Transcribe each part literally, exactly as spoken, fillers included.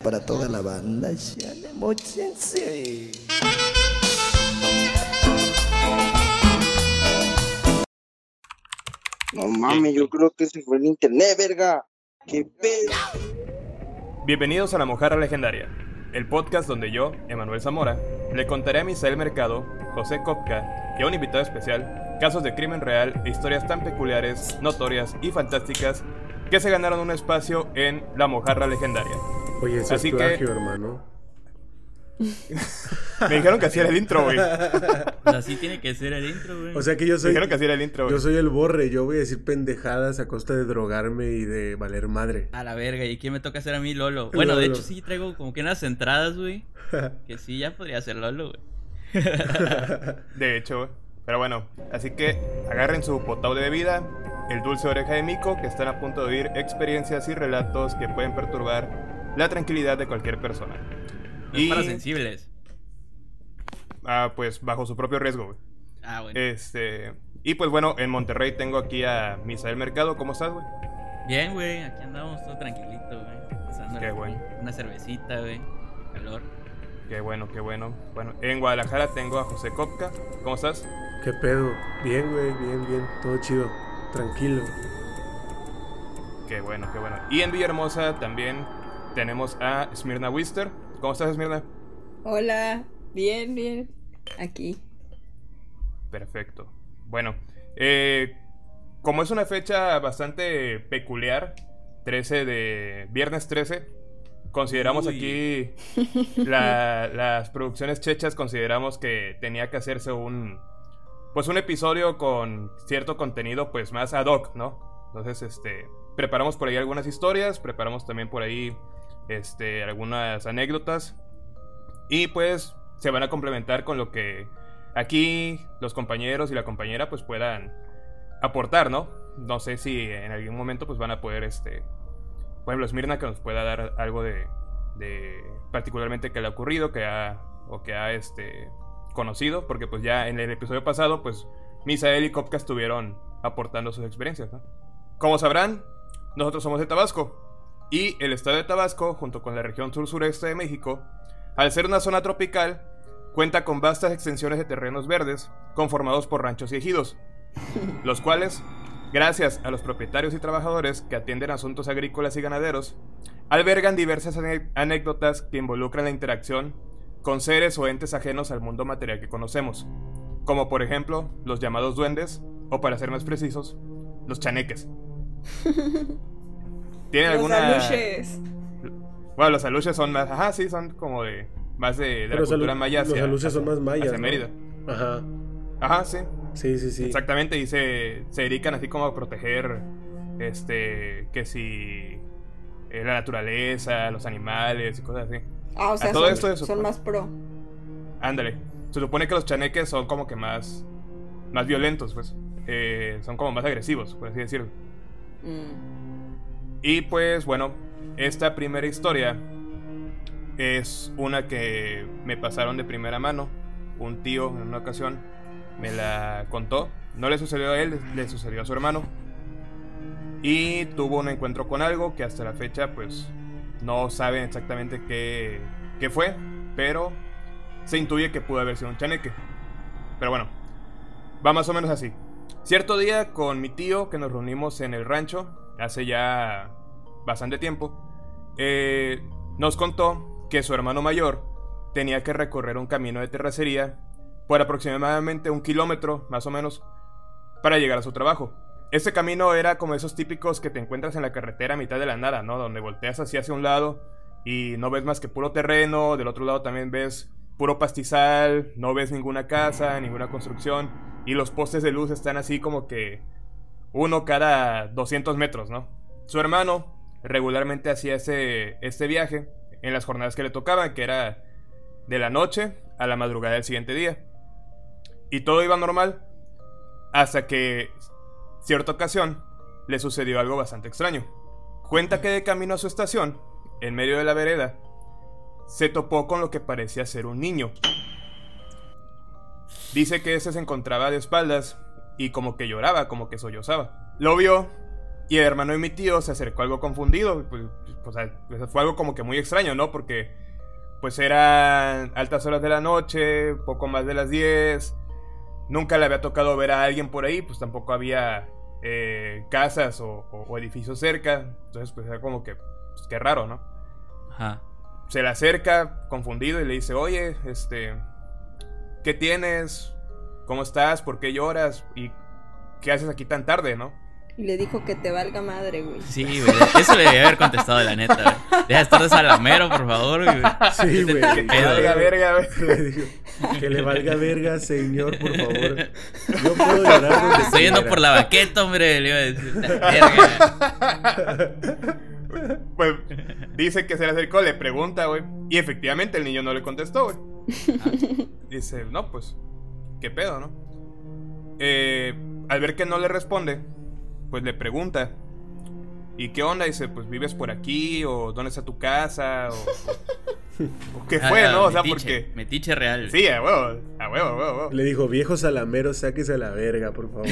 para toda la banda. Ya, mochense. No mames, yo creo que se fue el internet, verga. ¡Qué pedo! Bienvenidos a La Mojarra Legendaria, el podcast donde yo, Emanuel Zamora, le contaré a Misael Mercado, José Kopka y a un invitado especial casos de crimen real e historias tan peculiares, notorias y fantásticas que se ganaron un espacio en La Mojarra Legendaria. Oye, eso Así es plagio, que... hermano. Me dijeron que así era el intro, güey. Pues así tiene que ser el intro, güey. O sea que yo Me soy... dijeron que así era el intro, güey. Yo soy el borre, yo voy a decir pendejadas a costa de drogarme y de valer madre. A la verga, ¿y quién me toca hacer a mí, Lolo? Bueno, de Lolo. hecho sí traigo como que unas entradas, güey. Que sí, ya podría ser Lolo, güey. De hecho, güey. Pero bueno, así que agarren su potable de bebida, el dulce oreja de mico, que están a punto de oír experiencias y relatos que pueden perturbar la tranquilidad de cualquier persona. No es para sensibles. Ah, pues bajo su propio riesgo, güey. Ah, bueno. Este... Y pues bueno, en Monterrey tengo aquí a Misael Mercado. ¿Cómo estás, güey? Bien, güey, aquí andamos todo tranquilito, güey. Pasando Qué bueno. una cervecita, güey. Calor. Qué bueno, qué bueno. Bueno, en Guadalajara tengo a José Kopka. ¿Cómo estás? ¿Qué pedo? Bien, güey, bien, bien. Todo chido. Tranquilo. Qué bueno, qué bueno. Y en Villahermosa también tenemos a Smirna Wister. ¿Cómo estás, Smirna? Hola, bien, bien, aquí. Perfecto. Bueno, eh, como es una fecha bastante peculiar, trece de... Viernes trece, consideramos Uy. aquí... La, las producciones chechas consideramos que tenía que hacerse un... Pues un episodio con cierto contenido pues más ad hoc, ¿no? Entonces, este... Preparamos por ahí algunas historias, preparamos también por ahí... Este... Algunas anécdotas. Y pues se van a complementar con lo que aquí los compañeros y la compañera pues puedan aportar, ¿no? No sé si en algún momento pues van a poder, este... Por ejemplo, Smirna, que nos pueda dar algo de... de particularmente que le ha ocurrido, que ha... o que ha, este... conocido, porque pues ya en el episodio pasado pues Misael y Kopka estuvieron aportando sus experiencias, ¿no? Como sabrán, nosotros somos de Tabasco, y el estado de Tabasco, junto con la región sur-sureste de México, al ser una zona tropical, cuenta con vastas extensiones de terrenos verdes conformados por ranchos y ejidos, los cuales, gracias a los propietarios y trabajadores que atienden asuntos agrícolas y ganaderos, albergan diversas ane- anécdotas que involucran la interacción con seres o entes ajenos al mundo material que conocemos, como por ejemplo los llamados duendes, o para ser más precisos, los chaneques. ¿Tienen Los alguna...? aluches. Bueno, los aluches son más... Ajá, sí, son como de... Más de, de la Pero cultura salu- maya hacia... los aluches son más mayas, hacia ¿no? Mérida. Ajá. Ajá, sí. Sí, sí, sí. Exactamente, y se, se dedican así como a proteger... Este... Que si... eh, la naturaleza, los animales y cosas así. Ah, o sea, A todo son, esto de su- son más pro. Ándale. Se supone que los chaneques son como que más... Más violentos, pues. Eh, son como más agresivos, por así decirlo. Mm. Y pues bueno, esta primera historia es una que me pasaron de primera mano. Un tío en una ocasión me la contó. No le sucedió a él, le sucedió a su hermano. Y tuvo un encuentro con algo que hasta la fecha pues no saben exactamente qué, qué fue, pero se intuye que pudo haber sido un chaneque. Pero bueno, va más o menos así. Cierto día con mi tío que nos reunimos en el rancho hace ya bastante tiempo, eh, nos contó que su hermano mayor tenía que recorrer un camino de terracería por aproximadamente un kilómetro, más o menos, para llegar a su trabajo. Este camino era como esos típicos que te encuentras en la carretera a mitad de la nada, ¿no? Donde volteas así hacia un lado y no ves más que puro terreno, del otro lado también ves puro pastizal, no ves ninguna casa, ninguna construcción, y los postes de luz están así como que uno cada doscientos metros, ¿no? Su hermano regularmente hacía ese, este viaje en las jornadas que le tocaban, que era de la noche a la madrugada del siguiente día. Y todo iba normal, hasta que cierta ocasión le sucedió algo bastante extraño. Cuenta que de camino a su estación, en medio de la vereda, se topó con lo que parecía ser un niño. Dice que ese se encontraba de espaldas y como que lloraba, como que sollozaba. Lo vio Y el hermano de mi tío se acercó algo confundido. Pues, pues, pues fue algo como que muy extraño, ¿no? Porque pues eran altas horas de la noche, poco más de las diez. Nunca le había tocado ver a alguien por ahí, pues tampoco había eh, casas o, o, o edificios cerca. Entonces pues era como que, pues qué raro, ¿no? Ajá. Se le acerca confundido y le dice, oye, este, ¿qué tienes? ¿Cómo estás? ¿Por qué lloras? ¿Y qué haces aquí tan tarde, no? Y le dijo que te valga madre, güey. Sí, güey. Eso le debía haber contestado, la neta, güey. Deja de estar de salamero, por favor, güey. Sí, güey. Que te valga verga, güey. Le digo, que le valga verga, señor, por favor. Yo puedo llorar donde Estoy yendo quiera. por la baqueta, hombre. Le iba a decir, la verga. Pues dice que se le acercó, le pregunta, güey. Y efectivamente el niño no le contestó, güey. Dice, no, pues, ¿qué pedo, no? Eh, al ver que no le responde, pues le pregunta, ¿y qué onda? Dice, pues, ¿vives por aquí? ¿O dónde está tu casa? ¿O, o, o qué fue, Ah, no? O sea, metiche, porque... Metiche real. Sí, a huevo, a huevo, a huevo, a huevo. Le dijo, viejo salamero, sáquese a la verga, por favor.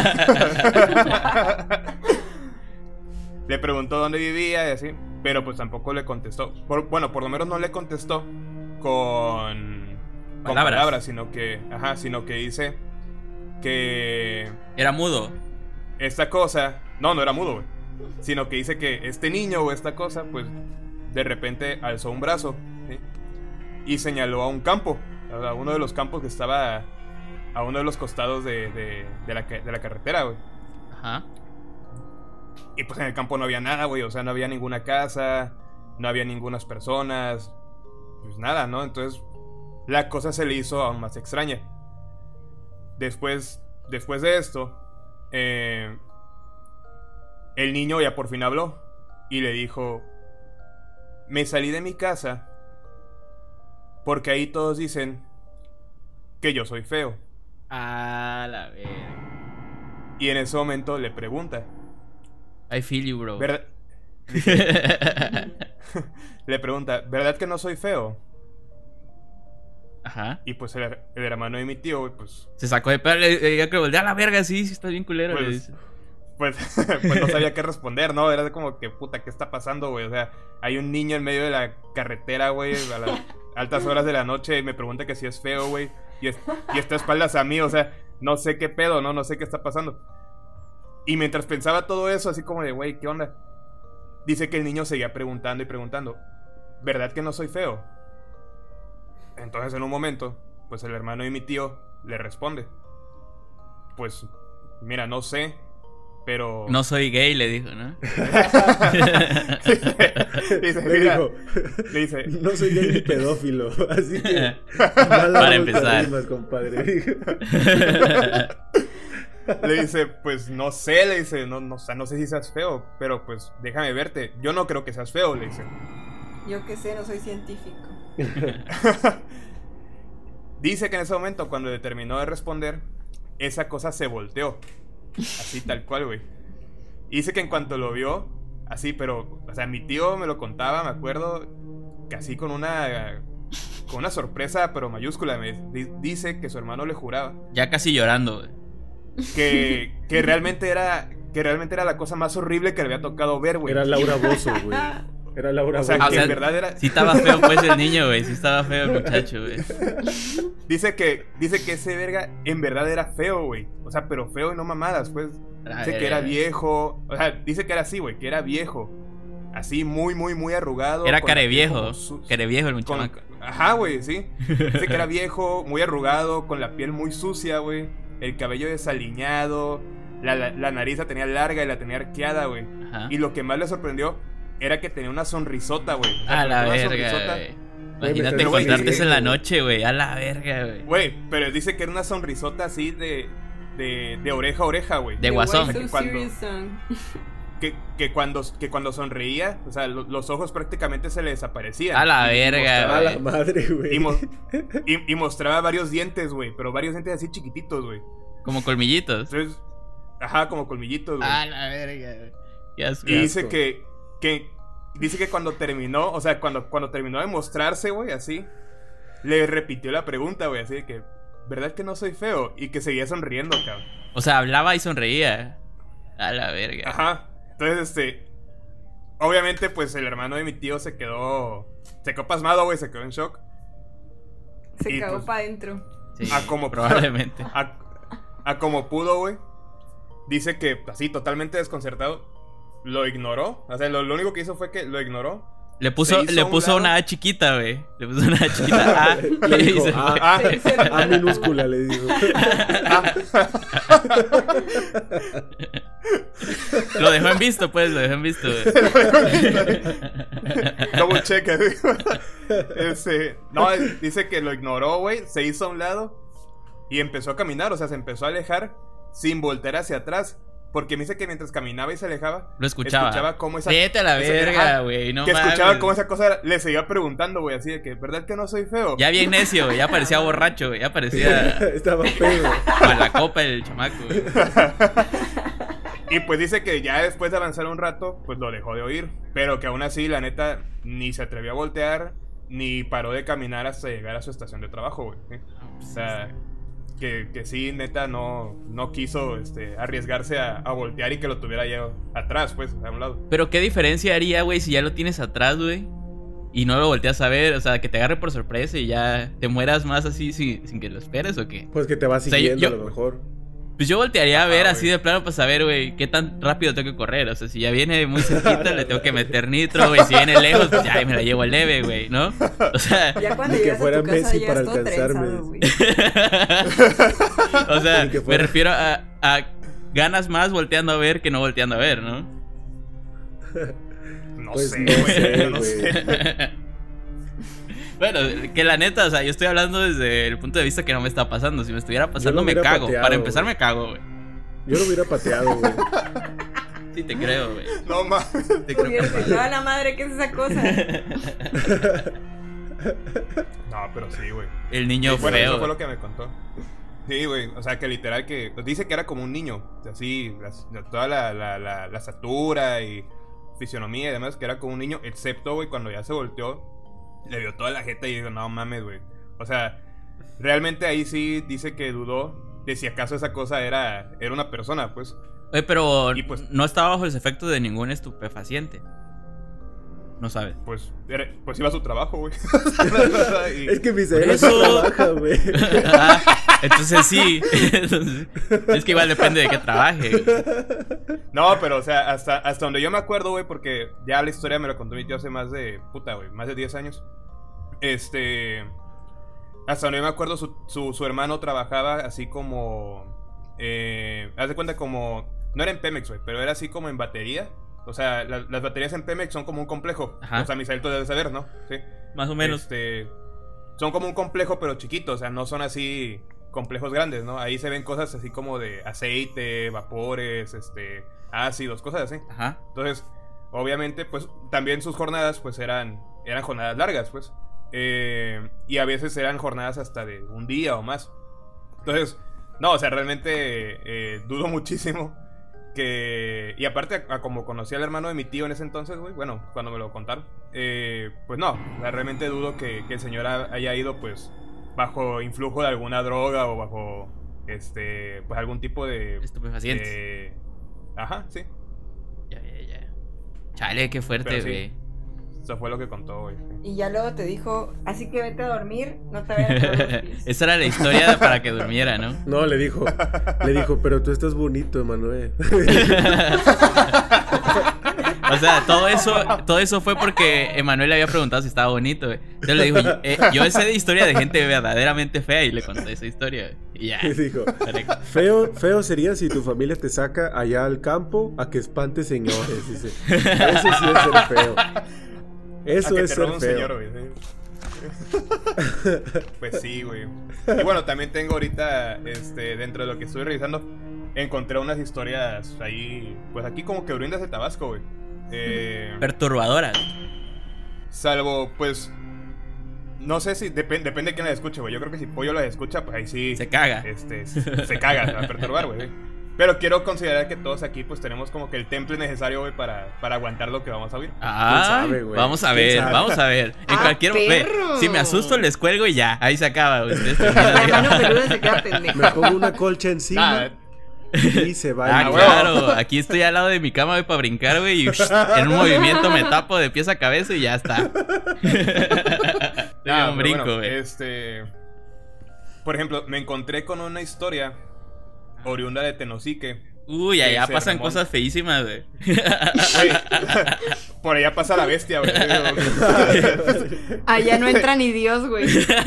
Le preguntó dónde vivía y así, pero pues tampoco le contestó. Por, bueno, por lo menos no le contestó con, con Palabras. palabras, sino que, ajá, sino que dice que Era mudo. esta cosa, no, no era mudo, güey, sino que dice que este niño o esta cosa, pues, de repente alzó un brazo, ¿sí? Y señaló a un campo, a uno de los campos que estaba a uno de los costados de, de, de, la, de la carretera, güey. Ajá. Y pues en el campo no había nada, güey. O sea, no había ninguna casa, no había ningunas personas, pues nada, ¿no? Entonces la cosa se le hizo aún más extraña. Después, después de esto, eh, el niño ya por fin habló y le dijo, me salí de mi casa porque ahí todos dicen que yo soy feo. A la verga. Y en ese momento le pregunta, I feel you, bro. ¿verdad? Le pregunta, ¿verdad que no soy feo? Ajá. Y pues el, el hermano de mi tío, güey, pues, Se sacó de pedo, le diría que voltea a la verga, sí, sí, estás bien culero, le Pues, dice. pues, pues no sabía qué responder, ¿no? Era como que, puta, ¿qué está pasando, güey? O sea, hay un niño en medio de la carretera, güey, a las altas horas de la noche y me pregunta que si es feo, güey, y, es, y está a espaldas a mí, o sea, no sé qué pedo, ¿no? No sé qué está pasando. Y mientras pensaba todo eso, así como de, güey, ¿qué onda? Dice que el niño seguía preguntando y preguntando, ¿verdad que no soy feo? Entonces en un momento, pues el hermano de mi tío le responde, pues, mira, no sé, pero... No soy gay, le dijo, ¿no? dice, Le mira, dijo, le dice, no soy gay ni pedófilo, así que... Para empezar. Rimas, compadre. le dice, pues no sé, le dice, no, no, o sea, no sé si seas feo, pero pues déjame verte, yo no creo que seas feo, le dice. Yo qué sé, no soy científico. Dice que en ese momento, cuando le terminó de responder, esa cosa se volteó. Así tal cual, güey. Y dice que en cuanto lo vio, así, pero, o sea, mi tío me lo contaba, me acuerdo, que así con una, con una sorpresa, pero mayúscula, me di- dice que su hermano le juraba Ya casi llorando, güey. que, que realmente era, que realmente era la cosa más horrible que le había tocado ver, güey. Era Laura Bozo, güey. Era Laura O sea, Bozo. Ah, que o sea, en verdad era... Sí estaba feo, pues, el niño, güey. Sí estaba feo el muchacho, güey. Dice que, dice que ese verga en verdad era feo, güey. O sea, pero feo y no mamadas, pues. Dice que era viejo. O sea, dice que era así, güey, que era viejo. Así, muy, muy, muy arrugado. Era con la care piel viejo. como su- Care viejo el con- muchacho. Ajá, güey, sí. Dice que era viejo, muy arrugado, con la piel muy sucia, güey. El cabello desaliñado. La, la, la nariz la tenía larga y la tenía arqueada, güey. Ajá. Y lo que más le sorprendió era que tenía una sonrisota, güey. O sea, A la tenía una verga, sonrisota. güey. Güey, me Imagínate estás encontrarte eso en la diciendo, noche, güey. A la verga, güey. Güey, pero dice que era una sonrisota así de, de, de oreja a oreja, güey. De guasón. Why so Cuando- serious song? Que, que, cuando, que cuando sonreía, o sea, lo- los ojos prácticamente se le desaparecían. A la Y- y verga, mostraba- A la madre, güey. Y, mo- y- y mostraba varios dientes, güey. Pero varios dientes así chiquititos, güey. Como colmillitos. Entonces, ajá, como colmillitos, güey. A la verga, güey. Qué asco. Y dice asco. que, que dice que cuando terminó, o sea, cuando, cuando terminó de mostrarse, güey, así, le repitió la pregunta, güey, así de que, ¿verdad que no soy feo? Y que seguía sonriendo, cabrón. O sea, hablaba y sonreía. A la verga. Ajá. Entonces, este... Obviamente, pues, el hermano de mi tío se quedó... Se quedó pasmado, güey, se quedó en shock. Se Y, cagó pues, para adentro. Sí, a como probablemente. A, a como pudo, güey. Dice que, así, totalmente desconcertado, lo ignoró. O sea, lo, lo único que hizo fue que lo ignoró. Le puso, Se hizo le a un puso lado. una A chiquita, güey. Le puso una A chiquita. A. Le y dijo, se ah, fue. Ah, Se- se- A minúscula le dijo. Lo dejó en visto, pues, lo dejó en visto, güey. double check, digo. Este, no, dice que lo ignoró, güey. Se hizo a un lado y empezó a caminar. O sea, se empezó a alejar sin voltear hacia atrás. Porque me dice que mientras caminaba y se alejaba, Lo escuchaba. escuchaba cómo esa... Vete a la esa- verga, ajá, güey. No que mames. escuchaba cómo esa cosa le seguía preguntando, güey. Así de que, ¿verdad que no soy feo? Ya bien necio, güey. Ya parecía borracho, güey. Ya parecía Estaba pedo. a la copa el chamaco, güey. Y pues dice que ya después de avanzar un rato, pues lo dejó de oír. Pero que aún así, la neta, ni se atrevió a voltear, ni paró de caminar hasta llegar a su estación de trabajo, güey. ¿sí? O sea, que, que sí, neta, no, no quiso este, arriesgarse a, a voltear y que lo tuviera ya atrás, pues, a un lado. Pero qué diferencia haría, güey, si ya lo tienes atrás, güey. Y no lo volteas a ver, o sea, que te agarre por sorpresa y ya te mueras más así sin, sin que lo esperes o qué. Pues que te va sea, yo- siguiendo yo- a lo mejor. Pues yo voltearía a ver Ah, así güey. de plano para saber, güey, qué tan rápido tengo que correr. O sea, si ya viene muy cerquita, le tengo que meter nitro, güey. Si viene lejos, pues ya me la llevo al leve, güey, ¿no? O sea, Ya cuando Ni que llegas a fuera tu casa Messi ya para es todo alcanzarme. trenzado, güey. o sea, Ni que me fuera. refiero a, a ganas más volteando a ver que no volteando a ver, ¿no? No Pues sé, no güey. sé, yo no güey. sé. Bueno, que la neta, o sea, yo estoy hablando desde el punto de vista que no me está pasando. Si me estuviera pasando, lo me hubiera cago. pateado, Para empezar, güey. me cago, güey. Yo lo hubiera pateado, güey. Sí, te creo, güey. No mames. Te creo Hubiera que- pensado a la madre, ¿qué es esa cosa? No, pero sí, güey. El niño Bueno, feo. eso fue lo que me contó. Sí, güey, o sea, que literal que... pues, dice que era como un niño, así, las- toda la, la, la, la estatura y fisionomía y demás, que era como un niño, excepto, güey, cuando ya se volteó, le vio toda la jeta y dijo, no mames, güey. O sea, realmente ahí sí dice que dudó de si acaso esa cosa era, era una persona, pues. Oye, pero Y pues- no estaba bajo los efectos de ningún estupefaciente. No sabes. Pues, era- pues iba a su trabajo, güey. Y- Es que mi Por cerebro eso- no trabaja, güey. Ah, entonces sí. Entonces, es que igual depende de qué trabaje, güey. No, pero, o sea, hasta, hasta donde yo me acuerdo, güey, porque ya la historia me la contó mi tío hace más de, puta, güey, más de diez años. Este... Hasta donde yo me acuerdo, su, su, su hermano trabajaba así como... Eh, haz de cuenta como... No era en Pemex, güey, pero era así como en batería. O sea, la- las baterías en Pemex son como un complejo. Ajá. O sea, Misael, tú debes saber, ¿no? Sí. Más o menos. Este, son como un complejo, pero chiquito. O sea, no son así complejos grandes, ¿no? Ahí se ven cosas así como de aceite, vapores, este, ácidos, cosas así. Ajá. Entonces, obviamente, pues, también sus jornadas, pues, eran, eran jornadas largas, pues. Eh, y a veces eran jornadas hasta de un día o más. Entonces, no, o sea, realmente eh, dudo muchísimo que... Y aparte, a, a como conocí al hermano de mi tío en ese entonces, güey, bueno, cuando me lo contaron, eh, pues no, o sea, realmente dudo que, que el señor ha- haya ido, pues, bajo influjo de alguna droga o bajo, este, pues, algún tipo de... Estupefacientes. de- Ajá, sí. Ya, ya, ya. Chale, qué fuerte, Pero sí. güey. Eso fue lo que contó, güey. Y ya luego te dijo, así que vete a dormir, no te vayas a todos los pies. Esa era la historia para que durmiera, ¿no? No, le dijo. Le dijo, pero tú estás bonito, Emanuel. O sea, todo eso, todo eso fue porque Emanuel le había preguntado si estaba bonito, güey. Entonces le dijo, yo, eh, yo sé de historia de gente verdaderamente fea y le conté esa historia, güey. Y ya. Le dijo, Correcto. feo, feo sería si tu familia te saca allá al campo a que espante señores. Dice. Eso sí es ser feo. Eso A que es te ser robe un feo. señor, güey. Sí. Pues sí, güey. Y bueno, también tengo ahorita, este, dentro de lo que estoy revisando, encontré unas historias ahí, pues aquí como que oriundas de Tabasco, güey. Eh, Perturbadoras. salvo, pues, no sé si, depen- depende de quién las escuche, güey. Yo creo que si Pollo las escucha, pues ahí sí. Se caga. Este, se se caga, se va a perturbar, güey. sí. Pero quiero considerar que todos aquí, pues, tenemos como que el temple necesario, güey, para, para aguantar lo que vamos a oír. Ah, sabe, güey? vamos a ¿Quién ver, sabe? vamos a ver. En ¡Ah, cualquier ve, perro! si me asusto les cuelgo y ya, ahí se acaba, güey. Ustedes terminan La de- mano peluda se queda Me pendeja. pongo una colcha encima. Nada, Y se va. Ah, claro. Aquí estoy al lado de mi cama, güey, para brincar, güey. Y en un movimiento me tapo de pies a cabeza y ya está. Ah, un brinco, bueno, güey. este... Por ejemplo, me encontré con una historia oriunda de Tenosique. Uy, allá se pasan remonta- cosas feísimas, güey. Güey, por allá pasa la bestia, güey. Allá no entra ni Dios, güey.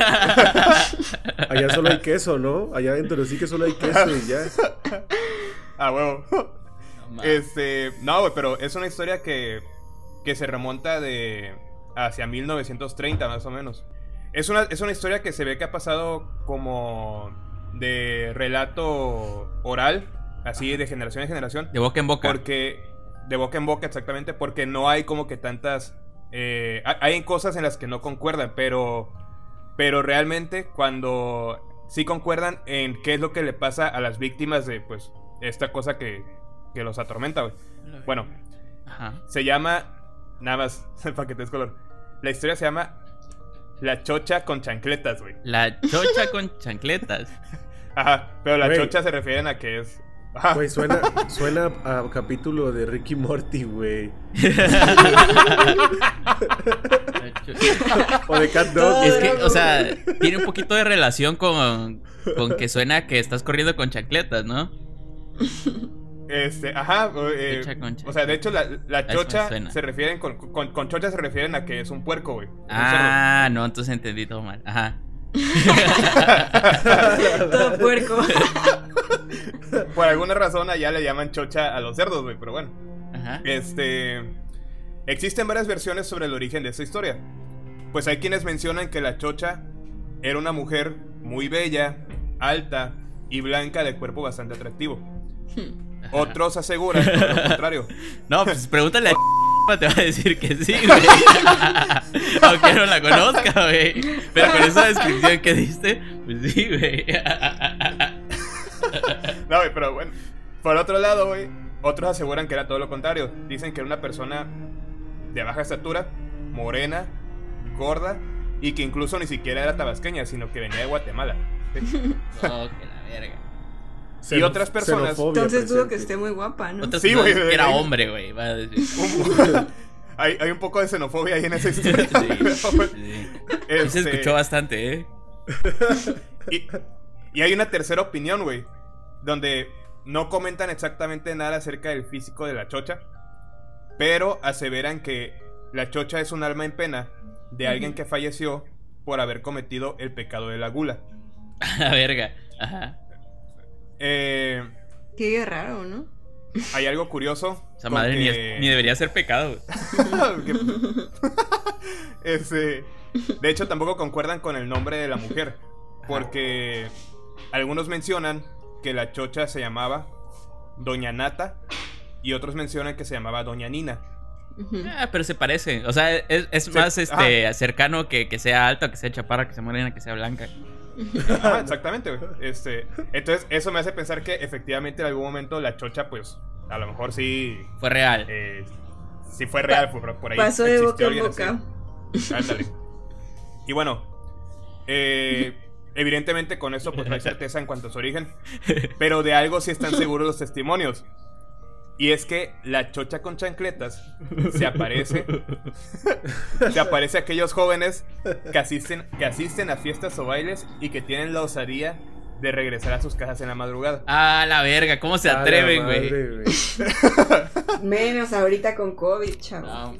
Allá solo hay queso, ¿no? Allá dentro sí que solo hay queso y ya. Ah, huevo. No, mames. Este, no, güey, pero es una historia que, que se remonta de hacia mil novecientos treinta más o menos. Es una, es una historia que se ve que ha pasado como de relato oral, así de generación en generación. De boca en boca. Porque, de boca en boca exactamente, porque no hay como que tantas... Eh, hay cosas en las que no concuerdan, pero, pero realmente cuando sí concuerdan en qué es lo que le pasa a las víctimas de pues esta cosa que, que los atormenta, güey. Bueno, Ajá. se llama, nada más para que te des color, la historia se llama La Chocha con Chancletas, güey. La chocha con chancletas. Ajá, pero la Güey. chocha se refieren a que es... Ajá. Güey, suena, suena a capítulo de Ricky Morty, güey. O de Cat Dog. Es que, o sea, tiene un poquito de relación con, con que suena que estás corriendo con chancletas, ¿no? Este, ajá, eh, Chocha con o sea, de hecho la, la Eso me chocha suena. se refieren con, con, con chocha se refieren a que es un puerco, güey. un Ah, no, entonces entendí todo mal. Ajá. Todo puerco. cerdo. Por alguna razón allá le llaman chocha a los cerdos, güey, pero bueno. Ajá. Este, existen varias versiones sobre el origen de esta historia. Pues hay quienes mencionan que la chocha era una mujer muy bella, alta y blanca de cuerpo bastante atractivo. Otros aseguran todo lo contrario. No, pues pregúntale a te va a decir que sí, güey. Aunque no la conozca, güey. Pero con esa descripción que diste, pues sí, güey. No, güey, pero bueno. Por otro lado, güey, otros aseguran que era todo lo contrario. Dicen que era una persona de baja estatura, morena, gorda, y que incluso ni siquiera era tabasqueña, sino que venía de Guatemala. ¿Sí? Oh, que la verga. Y otras personas- Xenofobia Entonces dudo que presente. esté muy guapa, ¿no? Otras Sí, personas güey, que era güey. hombre, güey. Va a decir. Un- hay, hay un poco de xenofobia ahí en esa historia. Sí, Pero, sí. güey, Sí este, se escuchó bastante, ¿eh? Y, y hay una tercera opinión, güey, donde no comentan exactamente nada acerca del físico de la chocha, pero aseveran que la chocha es un alma en pena de alguien que falleció por haber cometido el pecado de la gula. La verga. Ajá. Eh, Qué raro, ¿no? hay algo curioso. Esa con madre ni, que- es- ni debería ser pecado, güey. Que- Este, de hecho, tampoco concuerdan con el nombre de la mujer, porque algunos mencionan que la chocha se llamaba Doña Nata y otros mencionan que se llamaba Doña Nina. Ujú. Ah, pero se parecen. O sea, es, es Sí, más este cercano que, que sea alta, que sea chaparra, que sea morena, que sea blanca. Ah, exactamente, güey. Este, entonces, eso me hace pensar que efectivamente en algún momento la chocha, pues, a lo mejor sí, Fue real. eh, sí fue real, por, por ahí. Pasó de boca existió en alguien así. boca. Ándale. Y bueno, eh, evidentemente con esto pues no hay certeza en cuanto a su origen, pero de algo sí están seguros los testimonios. Y es que la chocha con chancletas se aparece Se aparece a aquellos jóvenes que asisten, que asisten a fiestas o bailes y que tienen la osadía de regresar a sus casas en la madrugada. Ah, la verga, ¿cómo se A la atreven, güey? madre, güey. Menos ahorita con COVID, chavo. No,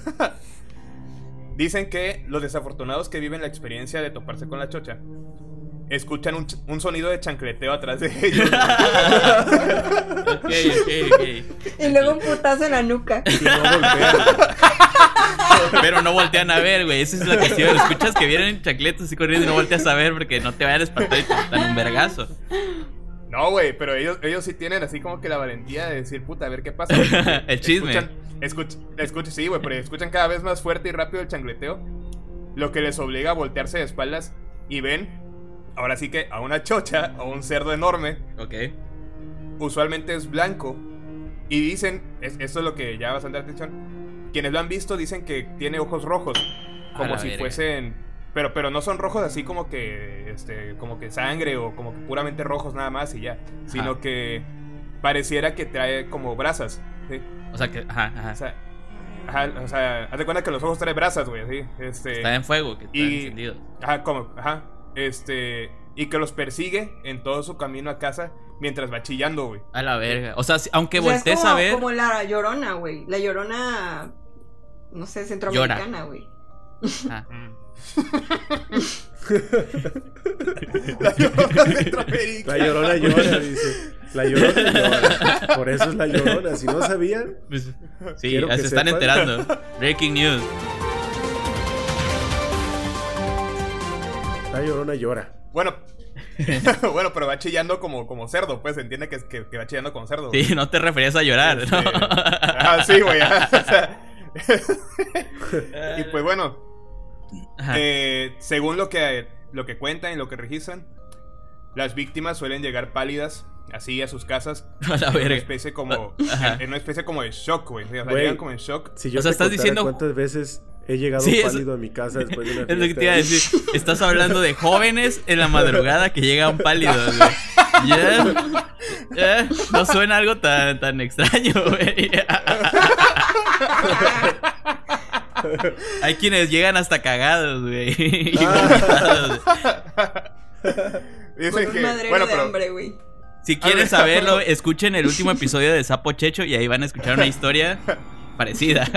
Dicen que los desafortunados que viven la experiencia de toparse con la chocha escuchan un, ch- un sonido de chancleteo atrás de ellos. ok, ok, ok. Y luego un putazo en la nuca. Y no golpean. Pero no voltean a ver, güey. Esa es la cuestión. Escuchas que vienen chancletos y corriendo y no volteas a ver porque no te vayan a espantar y te dan un vergazo. No, güey, pero ellos, ellos sí tienen así como que la valentía de decir, puta, a ver qué pasa. El chisme. Escuchan, escuch, escuch- sí, güey, pero escuchan cada vez más fuerte y rápido el chancleteo, lo que les obliga a voltearse de espaldas y ven, ahora sí que a una chocha o un cerdo enorme, Ok. usualmente es blanco, y dicen, es, esto es lo que llama bastante la atención, quienes lo han visto dicen que tiene ojos rojos, A como la si verga. fuesen... Pero, pero no son rojos así como que este, como que sangre o como que puramente rojos nada más y ya. Sino Ajá. que pareciera que trae como brasas, ¿sí? O sea que, ajá, ajá. O sea, ajá, o sea, haz de cuenta que los ojos traen brasas, güey, ¿sí? Este, Está en fuego, que está y, encendido. Ajá, como, ajá, este, y que los persigue en todo su camino a casa mientras va chillando, güey. A la verga. O sea, si- aunque O sea, es voltees como, a ver. como la Llorona, güey. La Llorona, no sé, centroamericana, güey. Ah. Mm. La Llorona La centroamericana. Llorona llora, dice. La Llorona llora. Por eso es la Llorona. Si no sabían, Pues, sí, Quiero que se están sepan. enterando. Breaking news. la Llorona llora. Bueno, bueno, pero va chillando como, como cerdo, pues, se entiende que, que, que va chillando como cerdo. güey. Sí, no te referías a llorar, Este, ¿no? Ah, sí, güey. ajá, o sea, y pues bueno, Ajá. eh, según lo que, lo que cuentan y lo que registran, las víctimas suelen llegar pálidas así a sus casas. A la En una verga. especie como, Ajá. en, en una especie como de shock, güey. O sea, Güey. llegan como en shock. Si yo O sea, te estás contara diciendo- cuántas veces he llegado Sí, eso- pálido a mi casa después de una Es lo que te iba a fiesta. decir. Estás hablando de jóvenes en la madrugada que llegan pálidos, güey. Ya, ya, no suena algo tan, tan extraño, güey. Hay quienes llegan hasta cagados, güey. Y vomitados. Dicen Con un que, madrero bueno, de pero hambre, güey. Si quieren saberlo, escuchen el último episodio de Sapo Checho y ahí van a escuchar una historia parecida.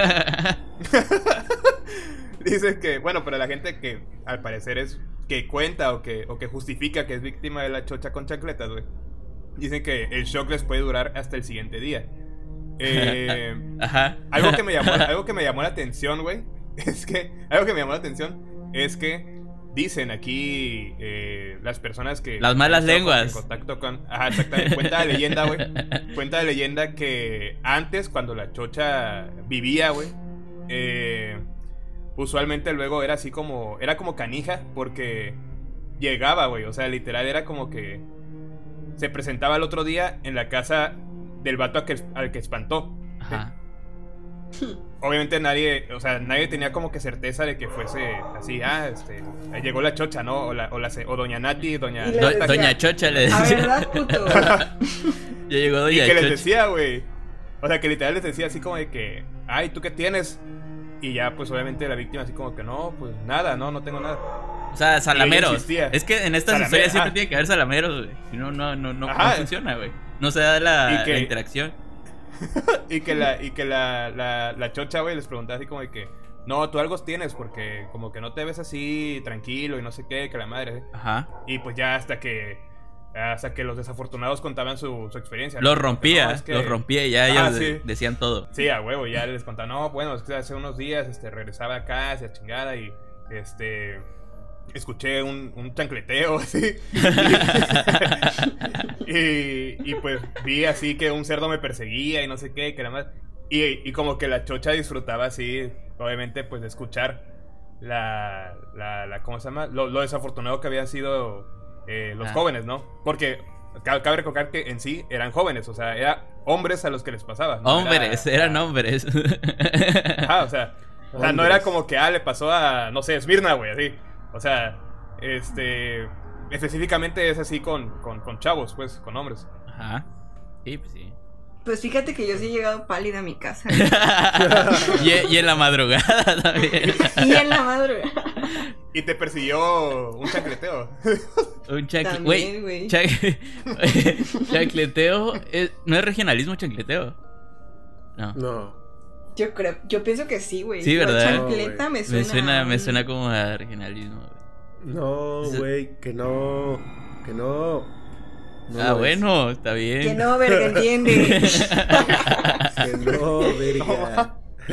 dicen que, bueno, pero la gente que al parecer es que cuenta o que, o que justifica que es víctima de la chocha con chancletas, güey, dicen que el shock les puede durar hasta el siguiente día. Eh, Ajá. algo que me llamó, algo que me llamó la atención, güey, es que algo que me llamó la atención es que dicen aquí eh, las personas que Las malas han estado lenguas. en contacto con, ajá, exactamente, cuenta de leyenda, güey, cuenta de leyenda que antes cuando la chocha vivía, güey, eh, usualmente luego era así como, era como canija porque llegaba, güey, o sea, literal era como que se presentaba el otro día en la casa del vato a que- al que espantó. Ajá. Obviamente nadie, o sea, nadie tenía como que certeza de que fuese así, ah, este, ahí llegó la chocha, ¿no? O, la, o, la, o doña Nati, doña... Y le Do- decía, Doña Chocha le A decía. verdad, puto. Ya llegó Y Doña que les Chocha. decía, güey, o sea, que literal les decía así como de que, ay, ¿tú qué tienes? Y ya, pues, obviamente la víctima así como que, no, pues, nada, no, no tengo nada. O sea, salameros. insistía. Es que en estas Salamero, historias siempre ajá. tiene que haber salameros, güey. Si no, no, no, no, Ajá. no funciona, güey. No se da la, Y que- la interacción. Y que la, y que la, la, la chocha, güey, les preguntaba así como de que, no, tú algo tienes porque como que no te ves así tranquilo y no sé qué, que la madre, ¿eh? Ajá. Y pues ya hasta que hasta que los desafortunados contaban su, su experiencia. Los ¿no? rompía, No, es que- los rompía y ya ellos Ah, de- sí. decían todo. Sí, a huevo, ya les contaba, no, bueno, es que hace unos días este, regresaba acá, hacia chingada y este escuché un, un chancleteo así. y, y pues vi así que un cerdo me perseguía y no sé qué, que era más. Y, y como que la chocha disfrutaba así, obviamente, pues de escuchar la, la, la ¿cómo se llama? Lo, lo desafortunado que habían sido eh, los Ah. jóvenes, ¿no? Porque ca- cabe recordar que en sí eran jóvenes, o sea, eran hombres a los que les pasaba. ¿no? Hombres, Era- eran hombres. Ajá, o sea, o sea, no era como que, ah, le pasó a, no sé, Esmirna, güey, así. O sea, este, específicamente es así con, con, con chavos, pues, con hombres. Ajá. Sí, pues sí. Pues fíjate que yo sí he llegado pálida a mi casa. y, y en la madrugada también. Y en la madrugada. Y te persiguió un chancleteo. Un chancle... También, Güey, güey. chan- chancleteo... es- ¿No es regionalismo chancleteo? No. No. Yo creo, yo pienso que sí, güey. Sí, Lo ¿verdad? Chancleta No, me suena. Me suena, me a- suena como a regionalismo, güey. No, Eso- güey, que no. Que no. No Ah, lo es. bueno, está bien. Que no, verga, entiende. Que no, verga.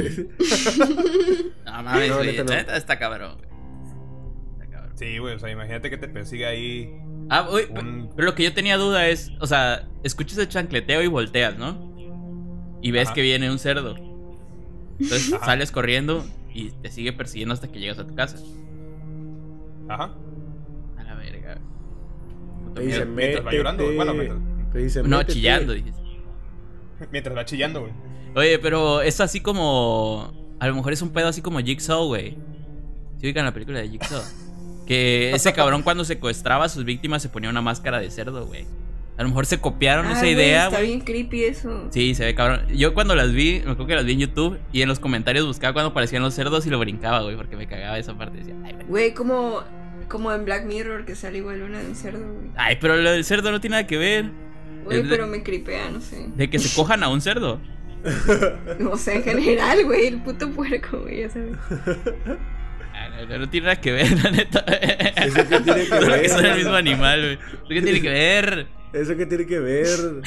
No mames, No, güey. neta, no. la neta está cabrón, güey. Está cabrón. Sí, güey, o sea, imagínate que te persiga ahí. Ah, güey, Un- pero lo que yo tenía duda es, o sea, escuchas el chancleteo y volteas, ¿no? Y ves Ajá. que viene un cerdo. Entonces Ajá. sales corriendo y te sigue persiguiendo hasta que llegas a tu casa. Ajá. A la verga. Puto Te dice, miedo. Mientras va llorando, güey. Bueno, mientras, Te dice, No, métete. chillando, dijiste. mientras va chillando, güey. Oye, pero es así como... A lo mejor es un pedo así como Jigsaw, güey. ¿Sí ubican la película de Jigsaw? Que ese cabrón cuando secuestraba a sus víctimas se ponía una máscara de cerdo, güey. A lo mejor se copiaron Ah, esa güey, idea, Está güey. bien creepy eso. Sí, se ve cabrón. Yo cuando las vi, me acuerdo que las vi en YouTube y en los comentarios buscaba cuando aparecían los cerdos y lo brincaba, güey, porque me cagaba esa parte. Decía, ay, güey. Güey, como, como en Black Mirror, que sale igual una de un cerdo, güey. Ay, pero lo del cerdo no tiene nada que ver. Güey, Es de- pero me cripea, no sé. De que se cojan a un cerdo. O sea, en general, güey, el puto puerco, güey, ya sabes. Ah, no, no, no tiene nada que ver, la neta. ¿Eso qué tiene que Solo ver? que son el mismo animal, güey. ¿Eso qué tiene que ver? ¿Eso qué tiene que ver?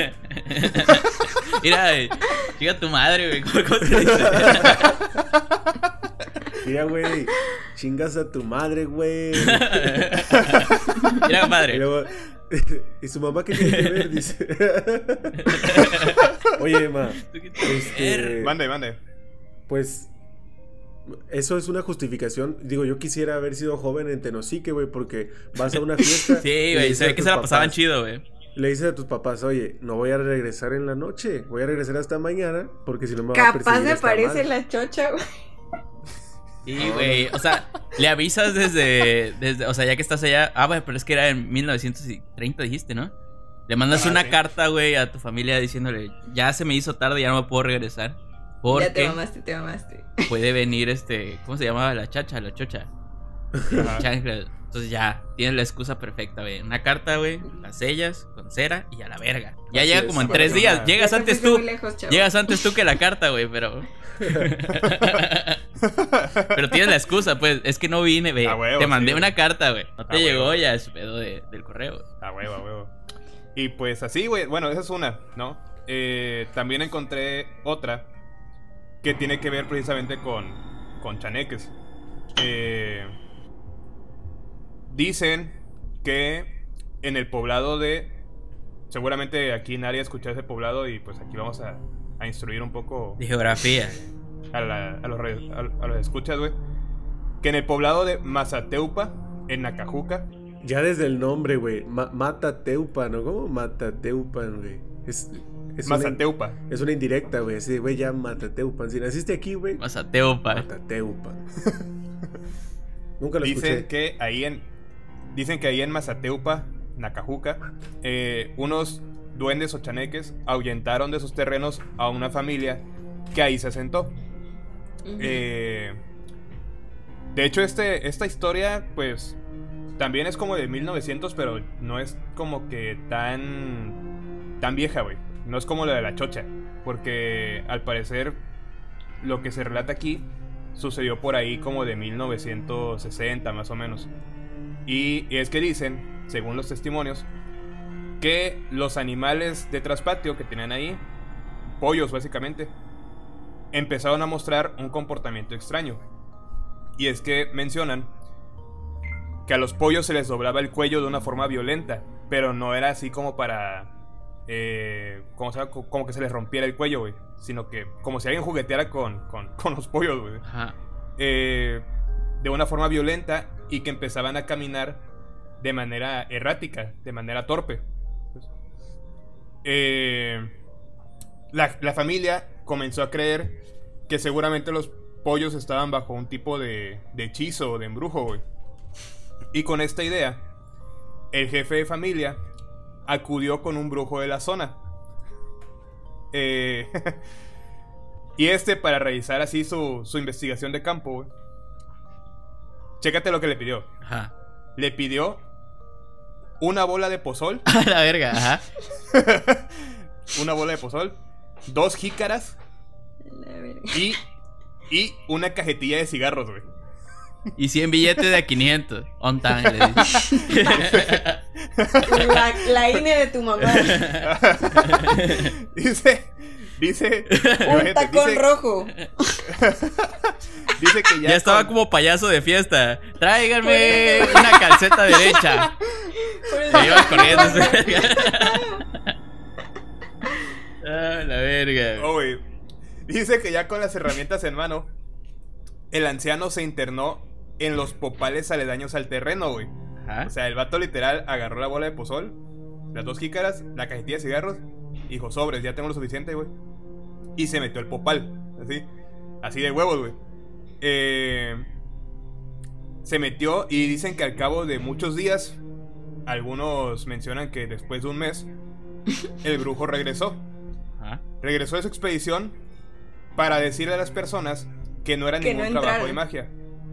Mira, güey. Chica tu madre, güey. ¿Cómo, cómo se dice? Mira, güey. Chingas a tu madre, güey. Mira, Y, madre. luego- ¿Y su mamá qué tiene que ver? Dice. Oye, ma. ¿Tú qué tienes que ver? Este, Mande, mande. pues eso es una justificación. Digo, yo quisiera haber sido joven en Tenosique, güey, porque vas a una fiesta. Sí, y le güey. dices Se a ve que tus se la pasaban papás- chido, güey. Le dices a tus papás, oye, no voy a regresar en la noche, voy a regresar hasta mañana, porque si no me va a Capaz perseguir me esta parece madre". la chocha, güey. Sí, güey. O sea, le avisas desde, desde. O sea, ya que estás allá. Ah, güey, pero es que era en mil novecientos treinta, dijiste, ¿no? Le mandas Ah, una sí. carta, güey, a tu familia diciéndole: ya se me hizo tarde, ya no me puedo regresar. Ya te Porque mamaste, te mamaste. puede venir este. ¿Cómo se llamaba? La chacha, la chocha. Ajá. Chancla. Entonces ya, tienes la excusa perfecta, güey. Una carta, güey, las sellas, con cera y a la verga. Ya Así llega es, como en para tres que días. no- Llegas Ya te antes fuiste tú. muy lejos, chavo. Llegas antes tú que la carta, güey, pero. Pero tienes la excusa, pues. Es que no vine, güey. A huevo, Te mandé sí, una güey. carta, güey. No te A llegó huevo. ya, es pedo de- del correo. A huevo, a huevo. Y pues así, güey. Bueno, esa es una, ¿no? Eh, también encontré otra que tiene que ver precisamente con, con chaneques. Eh, dicen que en el poblado de... Seguramente aquí nadie ha escuchado ese poblado y pues aquí vamos a, a instruir un poco De geografía. a, la- a los, radio- a, a los escuchas, güey. Que en el poblado de Mazateupa, en Nacajuca, Ya desde el nombre, güey. Ma- Matateupan, ¿no? ¿Cómo? Matateupan, güey. Es, es, una, Mazateupa. es una indirecta, güey. Así, güey, ya Matateupan. Si naciste aquí, güey. Mazateupa. Matateupan. Nunca lo Dicen escuché. que ahí en dicen que ahí en Mazateupa, Nacajuca, eh, unos duendes o chaneques ahuyentaron de sus terrenos a una familia que ahí se asentó. Ujú. Eh, de hecho, este, esta historia, pues, también es como de mil novecientos, pero no es como que tan, tan vieja, güey. No es como la de la chocha, porque al parecer lo que se relata aquí sucedió por ahí como de mil novecientos sesenta, más o menos. Y, y es que dicen, según los testimonios, que los animales de traspatio que tenían ahí, pollos básicamente, empezaron a mostrar un comportamiento extraño. Y es que mencionan que a los pollos se les doblaba el cuello de una forma violenta, pero no era así como para... Eh, como, se- como que se les rompiera el cuello, güey. Sino que como si alguien jugueteara con, con, con los pollos, güey. Ajá. Eh, de una forma violenta y que empezaban a caminar de manera errática, de manera torpe. Eh, la, la familia comenzó a creer que seguramente los pollos estaban bajo un tipo de, de hechizo o de embrujo, güey. Y con esta idea, el jefe de familia acudió con un brujo de la zona. Eh, y este, para realizar así su, su investigación de campo, güey, chécate lo que le pidió. Ajá. Le pidió una bola de pozol, A la verga, ajá. una bola de pozol, dos jícaras La verga. y, y una cajetilla de cigarros, güey. Y cien billetes de a quinientos. On time, le dice. La, la I N E de tu mamá. dice, dice, Un imagínate, tacón dice, rojo. dice que ya, Ya estaba con- como payaso de fiesta. Tráiganme una calceta derecha. Por eso- Se iba corriendo. Ah, la verga. Oh, güey. Dice que ya con las herramientas en mano, el anciano se internó en los popales aledaños al terreno, güey. Ajá. O sea, el vato literal agarró la bola de pozol, las dos jícaras, la cajetilla de cigarros, y dijo, sobres, ya tengo lo suficiente, güey. Y se metió el popal, así, así de huevos, güey. Eh, se metió y dicen que al cabo de muchos días algunos mencionan que después de un mes, el brujo regresó. Ajá. Regresó de su expedición para decirle a las personas que no era que ningún no trabajo de magia.